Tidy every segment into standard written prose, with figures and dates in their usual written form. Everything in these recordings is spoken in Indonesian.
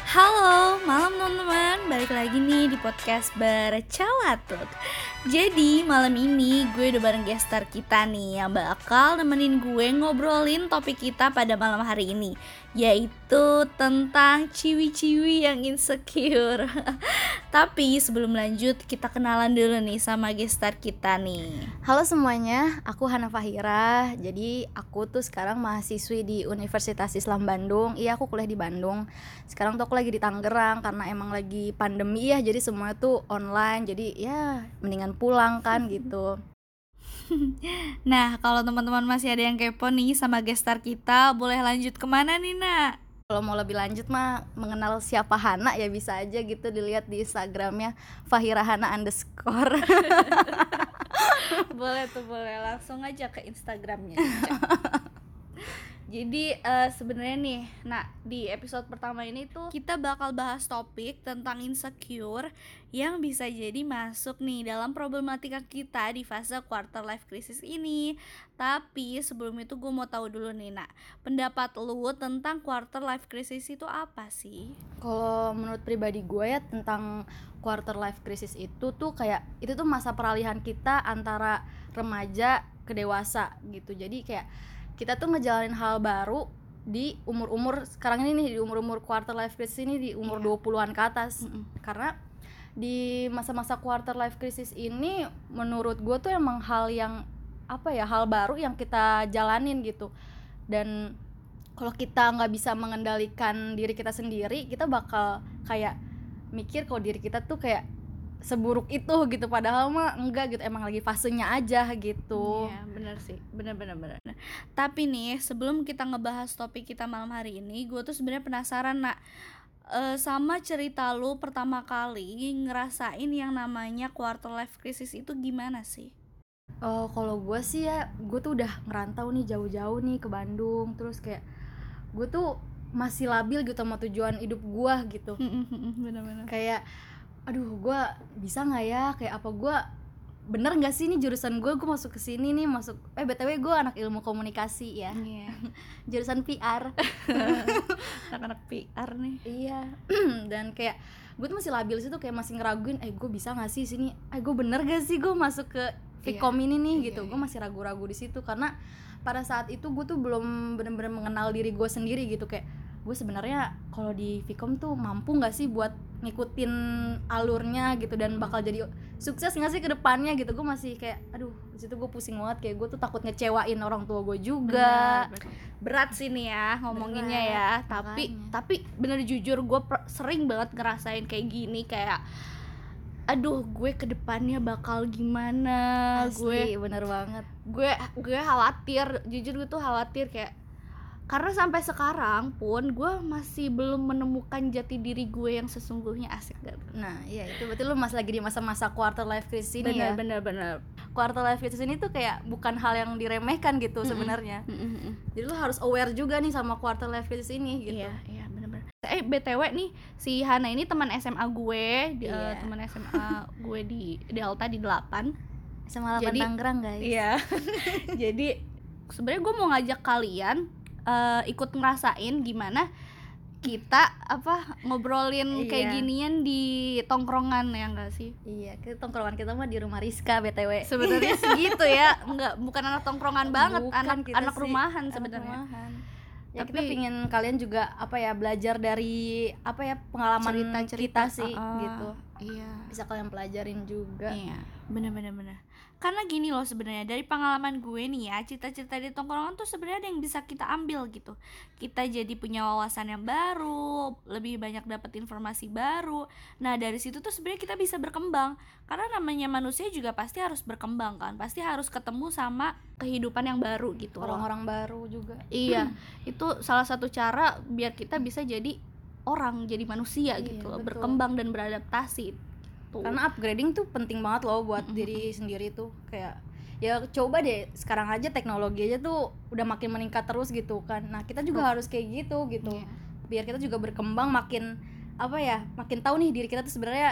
Halo, malam teman-teman. Balik lagi nih di podcast Bercawatut. Jadi malam ini gue udah bareng guest star kita nih yang bakal nemenin gue ngobrolin topik kita pada malam hari ini, yaitu tentang ciwi-ciwi yang insecure. Tapi sebelum lanjut, kita kenalan dulu nih sama guest star kita nih. Halo semuanya, aku Hana Fahira. Jadi aku tuh sekarang mahasiswi di Universitas Islam Bandung. Iya, aku kuliah di Bandung. Sekarang tuh aku lagi di Tangerang karena emang lagi pandemi ya. Jadi semuanya tuh online. Jadi ya mendingan pulang kan gitu. Nah, kalau teman-teman masih ada yang kepo nih sama guest star kita, boleh lanjut kemana nih, Nak? Kalau mau lebih lanjut mah mengenal siapa Hana ya bisa aja gitu dilihat di Instagramnya Fahirahana_. Boleh tuh, boleh langsung aja ke Instagramnya. Jadi sebenarnya nih, nah di episode pertama ini tuh kita bakal bahas topik tentang insecure yang bisa jadi masuk nih dalam problematika kita di fase quarter life crisis ini. Tapi sebelum itu gue mau tahu dulu nih, Nak, pendapat lu tentang quarter life crisis itu apa sih? Kalau menurut pribadi gue ya tentang quarter life crisis itu tuh kayak itu tuh masa peralihan kita antara remaja ke dewasa gitu. Jadi kayak kita tuh ngejalanin hal baru di umur-umur sekarang ini nih, di umur-umur quarter life crisis ini di umur 20-an ke atas. Karena di masa-masa quarter life crisis ini menurut gue tuh emang hal yang hal baru yang kita jalanin gitu. Dan kalau kita nggak bisa mengendalikan diri kita sendiri, kita bakal kayak mikir kalau diri kita tuh kayak seburuk itu gitu, padahal mah enggak gitu, emang lagi fasenya aja gitu. Iya, benar sih, benar. Tapi nih, sebelum kita ngebahas topik kita malam hari ini, gue tuh sebenarnya penasaran, Nak, sama cerita lu pertama kali ngerasain yang namanya quarter life crisis itu gimana sih? Kalau gue sih ya, gue tuh udah ngerantau nih jauh-jauh nih ke Bandung, terus kayak gue tuh masih labil gitu sama tujuan hidup gue gitu. Benar-benar. Kayak aduh, gue bisa nggak ya, kayak apa gue bener nggak sih nih jurusan gue masuk ke sini nih, masuk BTW gue anak ilmu komunikasi ya. Iya. Jurusan PR. Anak-anak PR nih. Iya. Dan kayak gue tuh masih labil situ, kayak masih ngeraguin gue bisa nggak sih sini, gue bener gak sih gue masuk ke Vkom ini nih gitu. Gue masih ragu-ragu di situ karena pada saat itu gue tuh belum benar-benar mengenal diri gue sendiri gitu. Kayak gue sebenarnya kalau di Vkom tuh mampu nggak sih buat ngikutin alurnya gitu dan bakal jadi sukses nggak sih ke depannya gitu. Gue masih kayak aduh, di situ gue pusing banget, kayak gue tuh takut ngecewain orang tua gue juga. Berat sih nih ya ngomonginnya ya. Tapi bener jujur gue sering banget ngerasain kayak gini, kayak aduh, gue ke depannya bakal gimana. Asli, bener banget. Gue khawatir, jujur gue tuh khawatir, kayak karena sampai sekarang pun gue masih belum menemukan jati diri gue yang sesungguhnya. Asik gak? Nah iya, itu berarti lu masih lagi di masa-masa quarter life crisis ini. Bener. Quarter life crisis ini tuh kayak bukan hal yang diremehkan gitu sebenarnya. Jadi lu harus aware juga nih sama quarter life crisis ini gitu. Iya, bener-bener. BTW nih, si Hana ini teman SMA gue, teman SMA gue di Delta di 8. SMA 8 Tangerang, guys. Iya. Jadi sebenarnya gue mau ngajak kalian ikut ngerasain gimana kita ngobrolin kayak ginian di tongkrongan, ya enggak sih? Iya, tongkrongan kita mah di rumah Rizka BTW. Sebenarnya segitu ya, bukan anak tongkrongan banget, Bukan, anak rumahan sebenarnya. Ya, tapi kita pingin kalian juga belajar dari pengalaman cerita sih gitu. Iya. Bisa kalian pelajarin juga. Iya, bener. Karena gini loh, sebenarnya dari pengalaman gue nih ya, cerita-cerita di tongkrongan tuh sebenarnya ada yang bisa kita ambil gitu. Kita jadi punya wawasan yang baru, lebih banyak dapat informasi baru. Nah dari situ tuh sebenarnya kita bisa berkembang. Karena namanya manusia juga pasti harus berkembang kan, pasti harus ketemu sama kehidupan yang baru gitu. Orang-orang baru juga. Iya, itu salah satu cara biar kita bisa jadi orang, jadi manusia gitu loh, berkembang dan beradaptasi. Karena upgrading tuh penting banget loh buat diri sendiri tuh. Kayak ya coba deh, sekarang aja teknologi aja tuh udah makin meningkat terus gitu kan. Nah kita juga harus kayak gitu. Biar kita juga berkembang, makin makin tahu nih diri kita tuh sebenarnya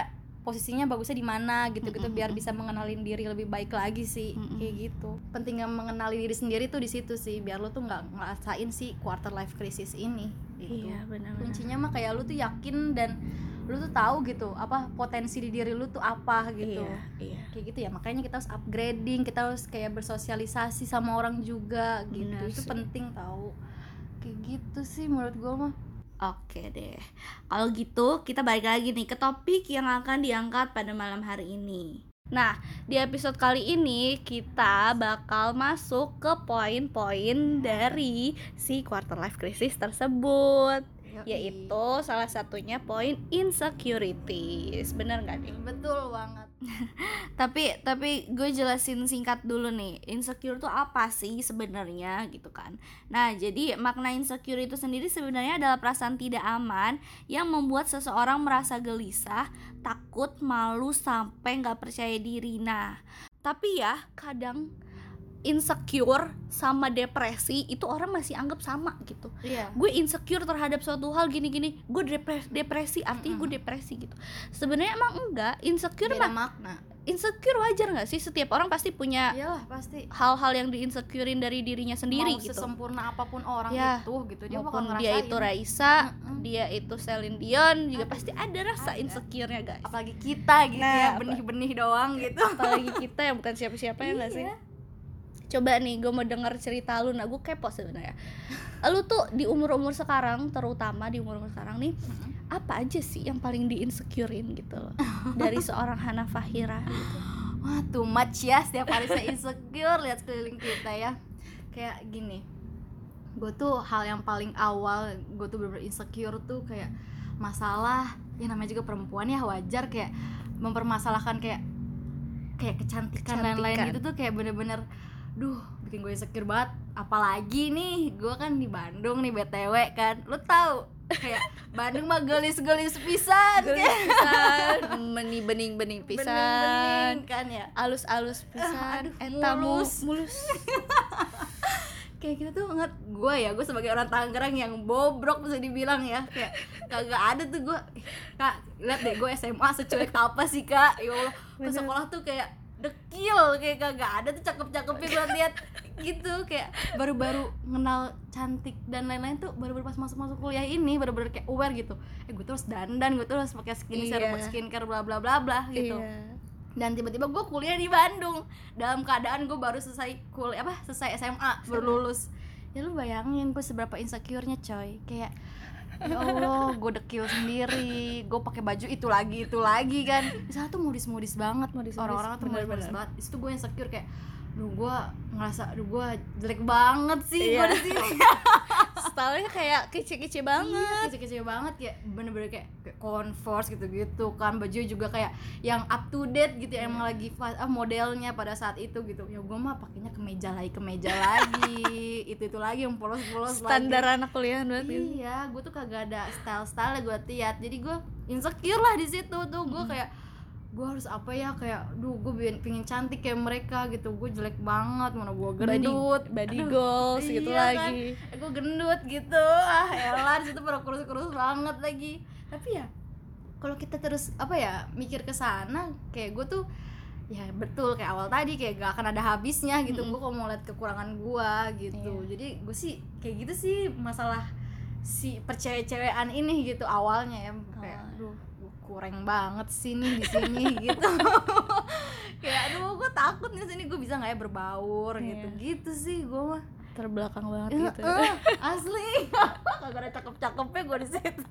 posisinya bagusnya di mana gitu-gitu, biar bisa mengenalin diri lebih baik lagi sih. Kayak gitu. Pentingnya mengenali diri sendiri tuh di situ sih, biar lu tuh nggak ngerasain si quarter life crisis ini gitu. Iya, benar-benar. Kuncinya mah kayak lu tuh yakin dan lu tuh tahu gitu apa potensi di diri lu tuh apa gitu. Iya. Kayak gitu ya, makanya kita harus upgrading, kita harus kayak bersosialisasi sama orang juga gitu. Benar Itu sih. penting tahu. Kayak gitu sih menurut gua mah. Oke deh, kalau gitu kita balik lagi nih ke topik yang akan diangkat pada malam hari ini. Nah, di episode kali ini kita bakal masuk ke poin-poin dari si quarter life crisis tersebut. Yaitu salah satunya poin insecurities. Bener gak nih? Betul banget. Tapi gue jelasin singkat dulu nih, insecure tuh apa sih sebenarnya gitu kan. Nah, jadi makna insecure itu sendiri sebenarnya adalah perasaan tidak aman yang membuat seseorang merasa gelisah, takut, malu, sampai gak percaya diri. Nah, tapi ya kadang insecure sama depresi itu orang masih anggap sama gitu. Gue insecure terhadap suatu hal gini-gini, gue depresi artinya gue depresi gitu. Sebenarnya emang enggak, insecure beda emang makna. Insecure wajar nggak sih? Setiap orang pasti punya Iyalah pasti. hal-hal yang diinsecurein dari dirinya sendiri Mau gitu. sesempurna apapun orang Ya, itu gitu, dia bakal maupun ngerasain. dia itu Raisa, dia itu Celine Dion juga pasti ada rasa insecure-nya guys. Apalagi kita gitu Nah, ya, benih-benih doang gitu. Apalagi kita yang bukan siapa-siapa ya nggak sih? Coba nih gue mau denger cerita lu. Nah gue kepo sebenarnya. Lu tuh di umur-umur sekarang, terutama di umur-umur sekarang nih, apa aja sih yang paling di-insecurein gitu loh dari seorang Hana Fahira gitu? Wah, too much ya, setiap hari saya insecure lihat sekeliling kita ya. Kayak gini, gue tuh hal yang paling awal gue tuh bener-bener insecure tuh kayak masalah, ya namanya juga perempuan ya wajar, kayak mempermasalahkan kayak kecantikan dan lain itu tuh kayak bener-bener duh bikin gue insecure banget. Apalagi nih gue kan di Bandung nih BTW kan, lu tahu kayak Bandung mah gelis-gelis pisan, bening-bening pisan, bening-bening kan ya, alus-alus pisan, mulus. Kayak gitu tuh nget gue sebagai orang Tangerang yang bobrok bisa dibilang ya, kayak kagak ada tuh gue. Kak lihat deh gue SMA secuek apa sih kak, ya Allah ke sekolah tuh kayak dekil, kayak kagak ada tuh cakep-cakepnya gue lihat gitu. Kayak baru-baru kenal cantik dan lain-lain tuh baru-baru pas masuk kuliah ini baru-baru kayak aware gitu, gue tuh harus dandan, gue tuh harus pakai skincare bla bla bla bla gitu. Dan tiba-tiba gue kuliah di Bandung dalam keadaan gue baru selesai SMA, baru lulus. Ya lu bayangin gue seberapa insecure-nya coy, kayak ya Allah gue dekil sendiri, gue pakai baju itu lagi kan. Di sana tuh modis banget, orang-orang tuh modis banget. Di situ gue insecure kayak, gue ngerasa gue jelek banget sih gue di sini. Stylenya kayak kece-kece banget. Iya, kece-kece banget, kayak bener-bener kayak Converse gitu-gitu kan, baju juga kayak yang up to date gitu, emang lagi modelnya pada saat itu gitu. Ya gue mah pakainya kemeja lagi itu lagi yang polos-polos standar lagi. Anak kuliahan banget gitu. Iya, gue tuh kagak ada style gue lihat, jadi gue insecure lah di situ tuh. Gue kayak gue harus apa ya, kayak gue pengen cantik kayak mereka gitu. Gue jelek banget, mana gue gendut, body goals gitu iya lagi kan? Gue gendut gitu, elah di situ pada kurus banget lagi. Tapi ya kalau kita terus mikir ke sana, kayak gue tuh ya betul kayak awal tadi, kayak gak akan ada habisnya gitu. Gue kalau mau lihat kekurangan gue gitu. Jadi gue sih kayak gitu sih masalah si percewek-cewekan ini gitu awalnya ya, kayak aduh kurang banget sih nih di sini gitu. Kayak aduh gue takut nih sini gue bisa nggak ya berbaur gitu sih. Gue mah terbelakang banget gitu. Asli kagak ada cakep-cakepnya gue di situ.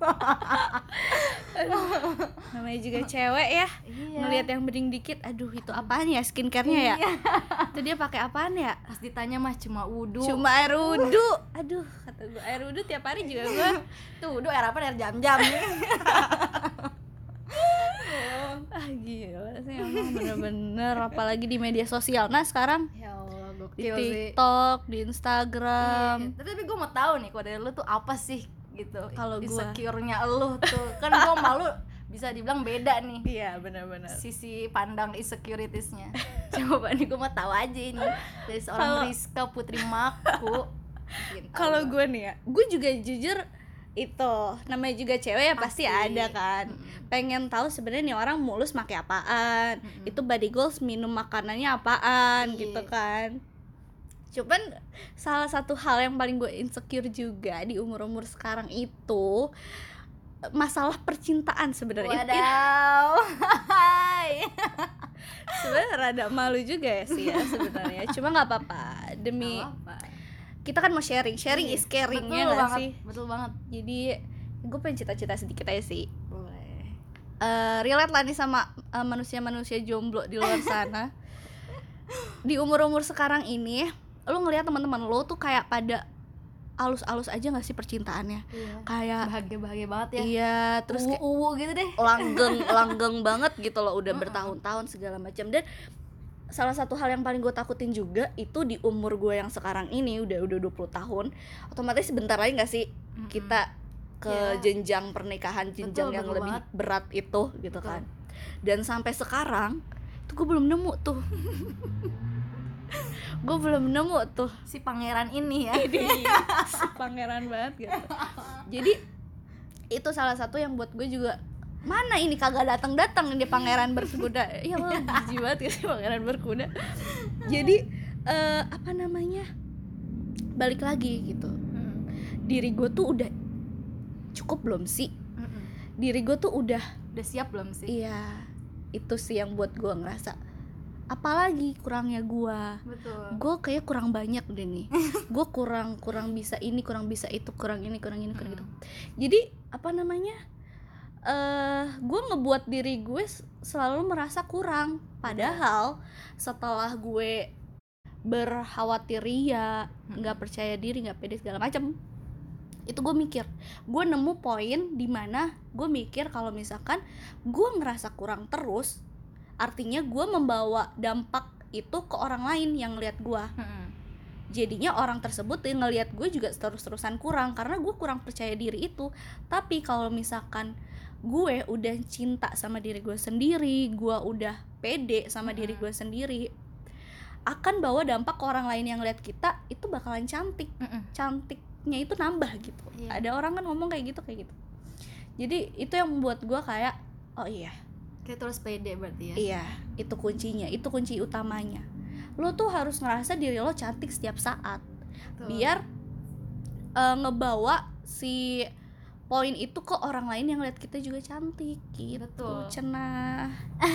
Namanya juga cewek ya, ngelihat yang bening dikit, aduh itu apaan ya skincare-nya ya? Itu dia pakai apaan ya? Pas ditanya mah cuma air wudhu. Aduh kata gue air wudhu tiap hari juga gue. Tuh wudhu air apa, air jam-jam nih. Gila sih emang bener-bener, apalagi di media sosial. Nah sekarang ya Allah, di TikTok, di Instagram. Tapi gue mau tahu nih kode lu tuh apa sih gitu. Kalau gue insecure-nya lu tuh kan gue malu bisa dibilang beda nih. Iya benar-benar. Sisi pandang insecuritiesnya. Coba nih gue mau tahu aja ini dari seorang Rizka Putri Maku. Kalau gue nih ya, gue juga jujur itu namanya juga cewek ya pasti ada kan. Pengen tahu sebenarnya nih orang mulus pakai apaan, itu body goals minum makanannya apaan gitu kan. Cuman salah satu hal yang paling gue insecure juga di umur-umur sekarang itu masalah percintaan sebenarnya. Wadaw. Sebenarnya rada malu juga ya sih ya sebenarnya. Cuma nggak apa-apa demi kita kan mau sharing is caring ya nggak sih? Betul banget. Jadi gue pengen cita-cita sedikit aja sih. Boleh. Relate lah nih sama manusia-manusia jomblo di luar sana. Di umur-umur sekarang ini, lo ngelihat teman-teman lo tuh kayak pada alus-alus aja nggak sih percintaannya? Iya. Kayak bahagia banget ya. Iya, terus kayak gitu deh. langgeng banget gitu loh, udah bertahun-tahun segala macam. Dan salah satu hal yang paling gue takutin juga itu di umur gue yang sekarang ini udah 20 tahun, otomatis sebentar lagi nggak sih kita ke jenjang pernikahan, jenjang yang lebih berat itu gitu kan. Dan sampai sekarang tuh gue belum nemu tuh. Gue belum nemu tuh si pangeran ini ya. Si pangeran banget gitu. Jadi itu salah satu yang buat gue juga, mana ini kagak datang ini pangeran berkuda. Ya Allah, jijik banget ya si pangeran berkuda. Jadi apa namanya, balik lagi gitu. Diri gue tuh udah cukup belum sih? Diri gue tuh udah siap belum sih? Iya, itu sih yang buat gue ngerasa apalagi kurangnya gue. Betul. Gue kayak kurang banyak deh nih. Gue kurang bisa ini, kurang bisa itu, kurang ini, kurang gitu. Jadi apa namanya, gue ngebuat diri gue selalu merasa kurang. Padahal setelah gue berkhawatir ria, nggak percaya diri, nggak pede segala macam, itu gue mikir, gue nemu poin dimana gue mikir kalau misalkan gue ngerasa kurang terus, artinya gue membawa dampak itu ke orang lain yang ngeliat gue. Jadinya orang tersebut yang ngeliat gue juga terus-terusan kurang karena gue kurang percaya diri itu. Tapi kalau misalkan gue udah cinta sama diri gue sendiri, gue udah pede sama diri gue sendiri, akan bawa dampak ke orang lain yang ngeliat kita itu bakalan cantik. Cantiknya itu nambah gitu. Ada orang kan ngomong kayak gitu. Jadi itu yang membuat gue kayak, oh iya, kayak terus pede berarti ya. Iya, itu kuncinya, itu kunci utamanya. Lo tuh harus ngerasa diri lo cantik setiap saat. Biar ngebawa si poin itu ke orang lain yang lihat kita juga cantik gitu. Cenah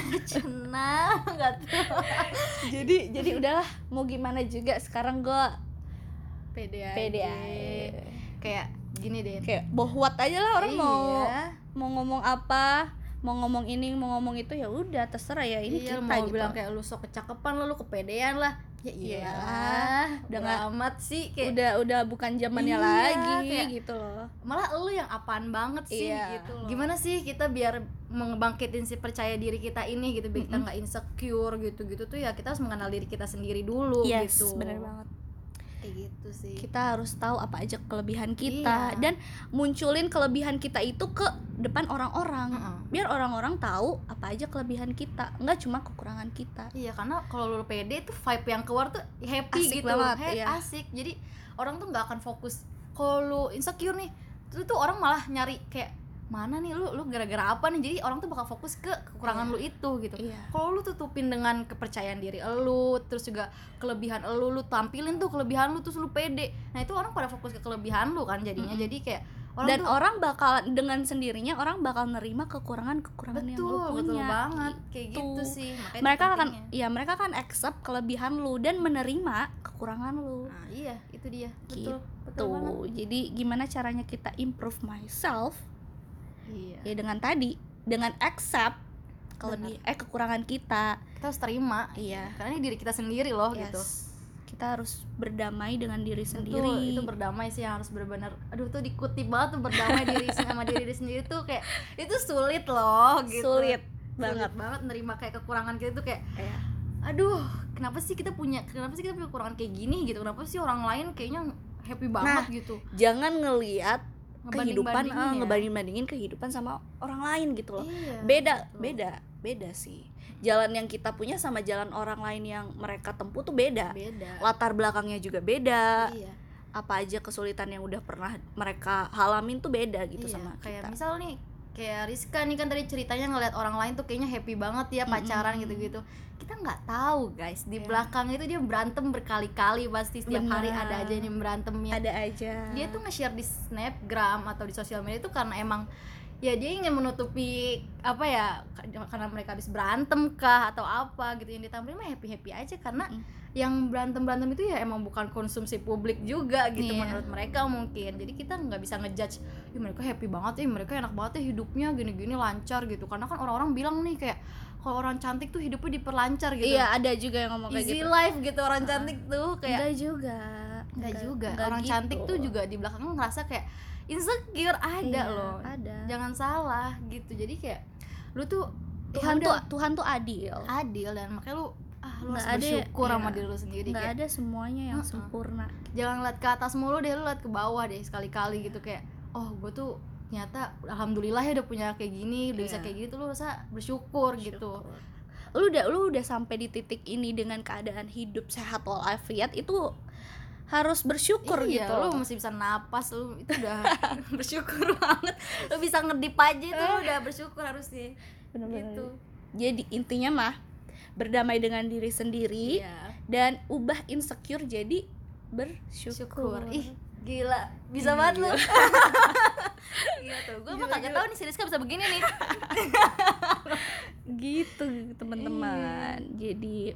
enggak tuh. Jadi udahlah, mau gimana juga sekarang gue pede aja. Kayak gini deh. Kayak bohwat aja lah orang. Mau ngomong apa, mau ngomong ini, mau ngomong itu, ya udah terserah ya, ini kita mau gitu. Bilang kayak lu sok kecakepan, lu kepedean lah. Ya iyalah, udah nggak amat sih, kayak udah bukan zamannya lagi kayak, gitu loh. Malah lu yang apaan banget sih gitu loh. Gimana sih kita biar membangkitin si percaya diri kita ini gitu, biar kita nggak insecure gitu tuh ya, kita harus mengenal diri kita sendiri dulu. Yes, gitu. Bener banget. Kayak gitu sih. Kita harus tahu apa aja kelebihan kita, dan munculin kelebihan kita itu ke depan orang-orang. Biar orang-orang tahu apa aja kelebihan kita, enggak cuma kekurangan kita. Iya, karena kalau lu pede tuh vibe yang keluar tuh happy asik gitu banget, asik. Jadi orang tuh nggak akan fokus. Kalau lu insecure nih, tuh orang malah nyari kayak mana nih lu gara-gara apa nih. Jadi orang tuh bakal fokus ke kekurangan lu itu gitu. Kalau lu tutupin dengan kepercayaan diri lu, terus juga kelebihan lu tampilin tuh kelebihan lu, terus lu pede. Nah itu orang pada fokus ke kelebihan lu kan jadinya. Jadi kayak orang bakal dengan sendirinya orang bakal nerima kekurangan yang lu punya. Betul banget. Kayak gitu sih. Mereka akan accept kelebihan lu dan menerima kekurangan lu. Nah, iya, itu dia. Betul banget. Jadi gimana caranya kita improve myself? Ya dengan accept kekurangan kita harus terima. Karena ini diri kita sendiri loh. Gitu. Kita harus berdamai dengan diri sendiri. Itu berdamai sih yang harus benar-benar. Aduh tuh dikutip banget tuh, berdamai diri sama diri sendiri tuh kayak itu sulit loh gitu. Sulit banget nerima kayak kekurangan kita tuh kayak aduh, kenapa sih kita punya kekurangan kayak gini gitu. Kenapa sih orang lain kayaknya happy banget gitu. Jangan ngelihat kehidupan ngebanding-bandingin kehidupan sama orang lain gitu loh. Beda sih. Jalan yang kita punya sama jalan orang lain yang mereka tempuh tuh beda. Latar belakangnya juga beda. apa aja kesulitan yang udah pernah mereka alamin tuh beda gitu Iya, sama kayak kita. misal nih kayak Rizka nih kan tadi ceritanya ngeliat orang lain tuh kayaknya happy banget ya pacaran gitu-gitu. Kita nggak tahu guys, di belakang itu dia berantem berkali-kali, pasti setiap hari Benar. ada aja yang berantemnya. Ada aja. Dia tuh nge-share di Snapgram atau di sosial media itu karena emang ya dia ingin menutupi apa ya, karena mereka habis berantem kah atau apa gitu, yang ditampilin mah happy aja karena yang berantem itu ya emang bukan konsumsi publik juga gitu menurut mereka mungkin. Jadi kita nggak bisa ngejudge ya mereka happy banget ya, mereka enak banget ya hidupnya gini-gini lancar gitu, karena kan orang-orang bilang nih kayak kalau orang cantik tuh hidupnya diperlancar gitu. Iya, ada juga yang ngomong kayak easy gitu. life gitu orang cantik tuh kayak Enggak juga. Enggak, Enggak orang gitu. cantik tuh juga di belakangnya ngerasa kayak insecure, ada Iya, loh, ada. jangan salah gitu. Jadi kayak lu tuh Tuhan tuh adil. adil, dan makanya lu lu harus Nggak ada, bersyukur sama iya. diri lu sendiri. Nggak Kayak ada semuanya yang sempurna. jangan lihat ke atas mulu deh, lu lihat ke bawah deh sekali-kali gitu, kayak oh gue tuh ternyata alhamdulillah ya udah punya kayak gini, udah bisa kayak gitu, lu rasa bersyukur gitu. Lu udah sampai di titik ini dengan keadaan hidup sehat walafiat, itu harus bersyukur Iya, gitu. lu masih bisa napas, lu itu udah bersyukur banget. Lu bisa ngedip aja itu lu udah bersyukur harusnya. Bener-bener. Gitu. Jadi intinya mah berdamai dengan diri sendiri dan ubah insecure jadi bersyukur. Syukur. Ih, gila. Bisa banget lu. Gila tuh. Gua mah kagak tahu nih si Rizka bisa begini nih. Gitu teman-teman. Jadi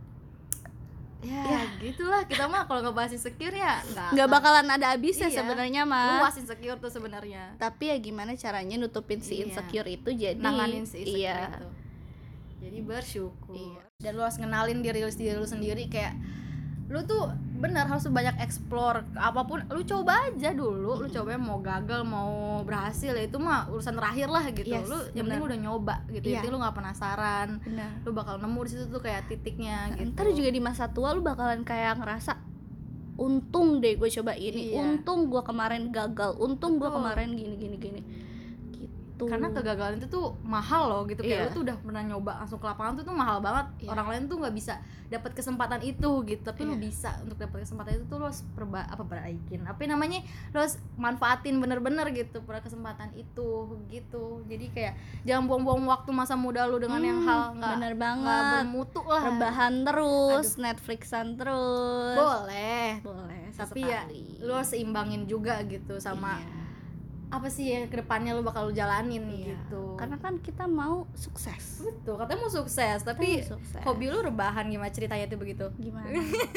Ya, gitulah kita mah kalau ngebahas insecure ya nggak bakalan ada habisnya Iya. sebenarnya mah. luas insecure tuh sebenarnya. Tapi ya gimana caranya nutupin si Iya. insecure itu, jadi Nanganin si insecure iya. itu. Jadi bersyukur. Iya. Dan lu harus ngenalin diri lu sendiri, kayak lu tuh benar harus banyak explore apapun, lu coba aja dulu. Lu coba mau gagal mau berhasil ya itu mah urusan terakhir lah gitu. Yes, Lu yang penting benar. udah nyoba gitu. Iya. Jadi lu nggak penasaran, Benar. lu bakal nemu di situ tuh kayak titiknya gitu. Ntar juga di masa tua lu bakalan kayak ngerasa untung deh gue coba ini, Iya. untung gue kemarin gagal, untung gue Betul. kemarin gini gitu. Karena kegagalan itu tuh mahal loh gitu, kayak Iya. lu tuh udah pernah nyoba langsung ke lapangan tuh mahal banget. Iya. Orang lain tuh nggak bisa dapat kesempatan itu gitu, tapi lu Iya. bisa. Untuk dapat kesempatan itu tuh lu harus perbaikin apa namanya, lu harus manfaatin bener-bener gitu per kesempatan itu gitu. Jadi kayak jangan buang-buang waktu masa muda lu dengan yang hal bener nggak banget. bermutu lah. Rebahan terus, Netflixan terus. boleh tapi ya sesekali. lu harus seimbangin juga gitu sama Iya. apa sih yang kedepannya lu bakal lu jalanin Iya. gitu. Karena kan kita mau sukses. Betul, katanya mau sukses, tapi Kita mau sukses. hobi lu rebahan, gimana ceritanya tuh begitu? Gimana?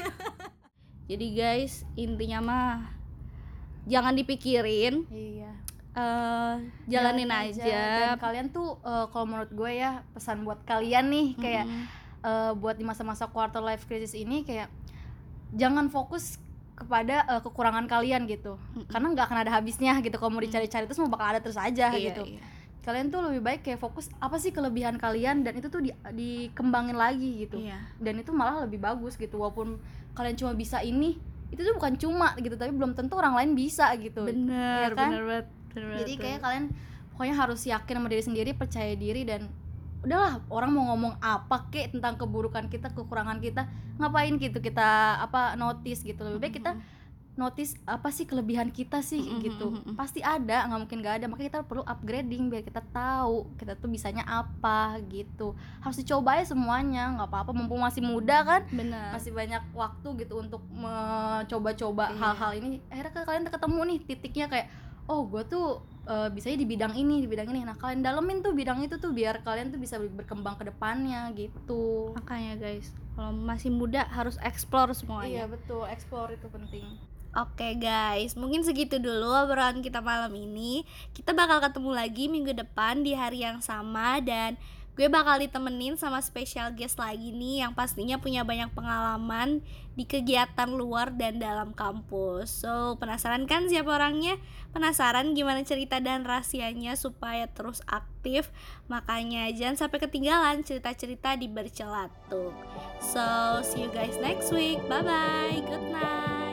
Jadi guys, intinya mah jangan dipikirin, Iya. jalanin aja. Dan kalian tuh kalau menurut gue ya, pesan buat kalian nih kayak buat di masa-masa quarter life crisis ini, kayak jangan fokus kepada kekurangan kalian gitu. Karena nggak akan ada habisnya gitu. Kalau mau dicari-cari terus mau bakal ada terus aja Iya, gitu. iya. Kalian tuh lebih baik kayak fokus apa sih kelebihan kalian, dan itu tuh dikembangin lagi gitu. Iya. Dan itu malah lebih bagus gitu. Walaupun kalian cuma bisa ini, itu tuh bukan cuma gitu, tapi belum tentu orang lain bisa gitu. Bener, Iya kan? bener banget. Jadi kayak kalian pokoknya harus yakin sama diri sendiri, percaya diri, dan udahlah orang mau ngomong apa kek tentang keburukan kita, kekurangan kita, ngapain gitu kita notice gitu. Lebih baik kita notice apa sih kelebihan kita sih gitu. Pasti ada, nggak mungkin nggak ada. Makanya kita perlu upgrading biar kita tahu kita tuh bisanya apa gitu. Harus dicoba ya semuanya, nggak apa-apa, mumpung masih muda kan, bener. masih banyak waktu gitu untuk mencoba-coba hal-hal ini. Akhirnya kalian ketemu nih titiknya kayak, oh gue tuh bisanya di bidang ini. Nah kalian dalemin tuh bidang itu tuh biar kalian tuh bisa berkembang ke depannya gitu. Makanya guys, kalau masih muda harus explore Iya semuanya. betul, explore itu penting. Oke guys, mungkin segitu dulu obrolan kita malam ini. Kita bakal ketemu lagi minggu depan di hari yang sama, dan gue bakal ditemenin sama special guest lagi nih yang pastinya punya banyak pengalaman di kegiatan luar dan dalam kampus. So, penasaran kan siapa orangnya? Penasaran gimana cerita dan rahasianya supaya terus aktif? Makanya jangan sampai ketinggalan cerita-cerita di Bercelatuk. So, see you guys next week. Bye-bye. Good night.